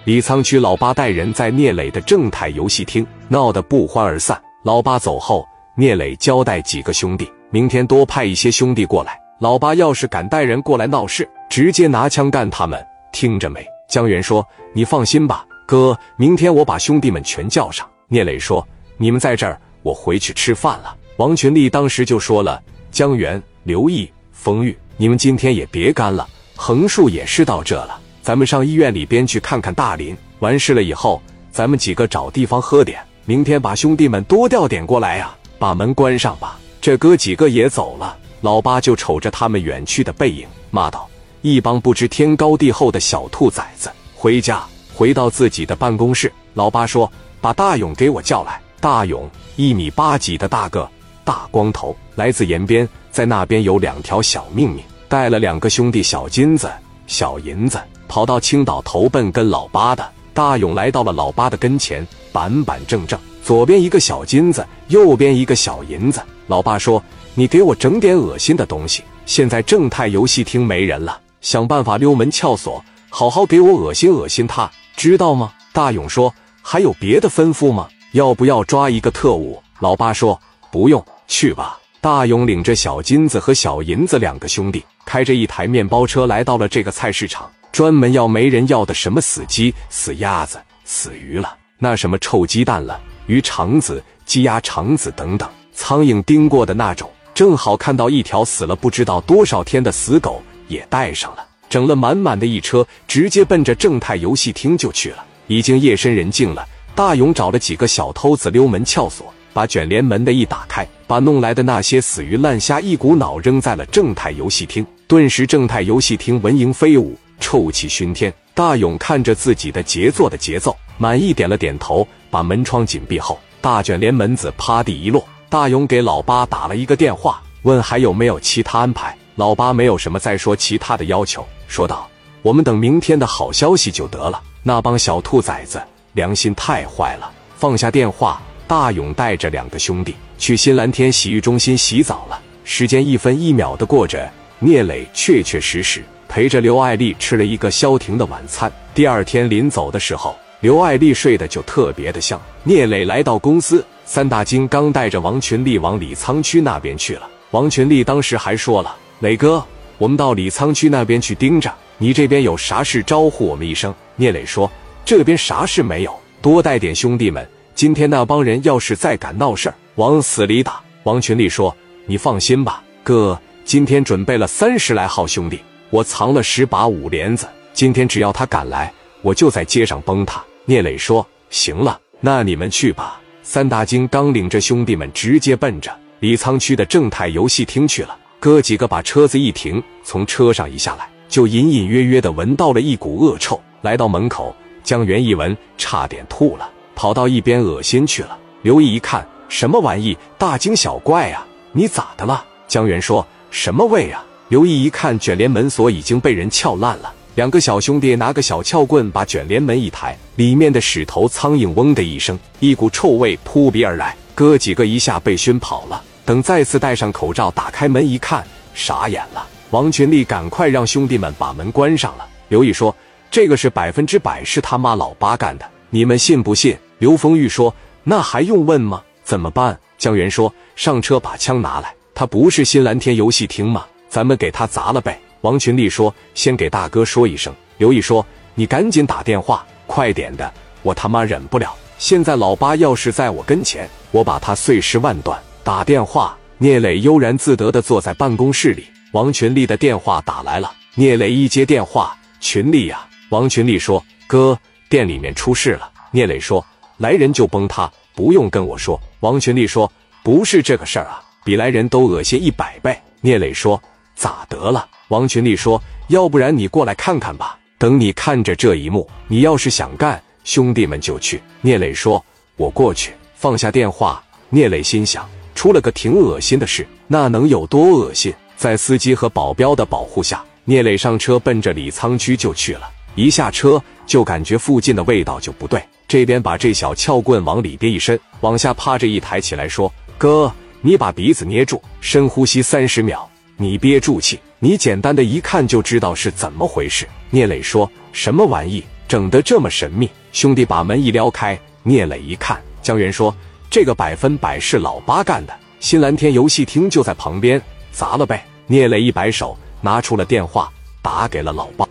李沧区老八带人在聂磊的正泰游戏厅闹得不欢而散。老八走后，聂磊交代几个兄弟，明天多派一些兄弟过来。老八要是敢带人过来闹事，直接拿枪干他们，听着没？江源说：“你放心吧，哥，明天我把兄弟们全叫上。”聂磊说：“你们在这儿，我回去吃饭了。”王群力当时就说了：“江源、刘毅、丰玉，你们今天也别干了，横竖也是到这了，咱们上医院里边去看看大林。完事了以后，咱们几个找地方喝点，明天把兄弟们多调点过来呀，把门关上吧。”这哥几个也走了，老八就瞅着他们远去的背影，骂道：“一帮不知天高地厚的小兔崽子！”回到自己的办公室，老八说：“把大勇给我叫来。”大勇1.8米几的大个，大光头，来自延边，在那边有2条小命命，带了2个兄弟小金子、小银子，跑到青岛投奔跟老八的。大勇来到了老八的跟前，板板正正，左边一个小金子，右边一个小银子。老八说：“你给我整点恶心的东西，现在正泰游戏厅没人了，想办法溜门撬锁，好好给我恶心恶心他，知道吗？”大勇说：“还有别的吩咐吗？要不要抓一个特务？”老八说：“不用，去吧。”大勇领着小金子和小银子2个兄弟，开着一台面包车来到了这个菜市场，专门要没人要的什么死鸡、死鸭子、死鱼了，那什么臭鸡蛋了、鱼肠子、鸡鸭肠子等等，苍蝇叮过的那种。正好看到一条死了不知道多少天的死狗也带上了，整了满满的一车，直接奔着正泰游戏厅就去了。已经夜深人静了，大勇找了几个小偷子溜门撬锁，把卷帘门的一打开，把弄来的那些死鱼烂虾一股脑扔在了正泰游戏厅。顿时正泰游戏厅蚊蝇飞舞，臭气熏天。大勇看着自己的杰作的节奏，满意点了点头，把门窗紧闭后，大卷帘门子趴地一落。大勇给老八打了一个电话，问还有没有其他安排。老八没有什么再说其他的要求，说道：“我们等明天的好消息就得了。”那帮小兔崽子良心太坏了。放下电话，大勇带着2个兄弟去新蓝天洗浴中心洗澡了。时间1分1秒的过着，聂磊确确实实陪着刘爱丽吃了一个消停的晚餐。第二天临走的时候，刘爱丽睡得就特别的香。聂磊来到公司，3大金刚带着王群力往李沧区那边去了。王群力当时还说了：“磊哥，我们到李沧区那边去盯着，你这边有啥事招呼我们一声。”聂磊说：“这边啥事没有，多带点兄弟们，今天那帮人要是再敢闹事儿，往死里打。”王群力说：“你放心吧，哥，今天准备了30来号兄弟，我藏了10把5连子，今天只要他敢来，我就在街上崩他。”聂磊说：“行了，那你们去吧。”3大金刚领着兄弟们直接奔着李沧区的正泰游戏厅去了。哥几个把车子一停，从车上一下来，就隐隐约约地闻到了一股恶臭。来到门口，江源一闻，差点吐了，跑到一边恶心去了。刘毅一看，什么玩意，大惊小怪啊，你咋的了？江源说：“什么味啊？”刘毅一看，卷帘门锁已经被人撬烂了。2个小兄弟拿个小撬棍把卷帘门一抬，里面的屎头苍蝇嗡的一声，一股臭味扑鼻而来。哥几个一下被熏跑了。等再次戴上口罩，打开门一看，傻眼了。王群力赶快让兄弟们把门关上了。刘毅说：“这个是100%是他妈老八干的，你们信不信？”刘丰玉说：“那还用问吗？怎么办？”江源说：“上车把枪拿来，他不是新蓝天游戏厅吗？咱们给他砸了呗。”王群力说：“先给大哥说一声。”刘毅说：“你赶紧打电话，快点的，我他妈忍不了。现在老八要是在我跟前，我把他碎尸万段。”打电话，聂磊悠然自得地坐在办公室里。王群力的电话打来了，聂磊一接电话：“群力呀。”王群力说：“哥，店里面出事了。”聂磊说：“来人就崩他，不用跟我说。”王群力说：“不是这个事儿啊，比来人都恶心100倍。”聂磊说：“咋得了？”王群力说：“要不然你过来看看吧，等你看着这一幕，你要是想干，兄弟们就去。”聂磊说：“我过去。”放下电话，聂磊心想，出了个挺恶心的事，那能有多恶心？在司机和保镖的保护下，聂磊上车奔着李沧区就去了。一下车就感觉附近的味道就不对，这边把这小撬棍往里边一伸，往下趴着一抬起来说：“哥，你把鼻子捏住，深呼吸30秒，你憋住气。”你简单的一看就知道是怎么回事。聂磊说：“什么玩意？ 整得这么神秘。兄弟把门一撩开，聂磊一看，江源说：“这个100%是老八干的，新蓝天游戏厅就在旁边，砸了呗。”聂磊一摆手，拿出了电话，打给了老八。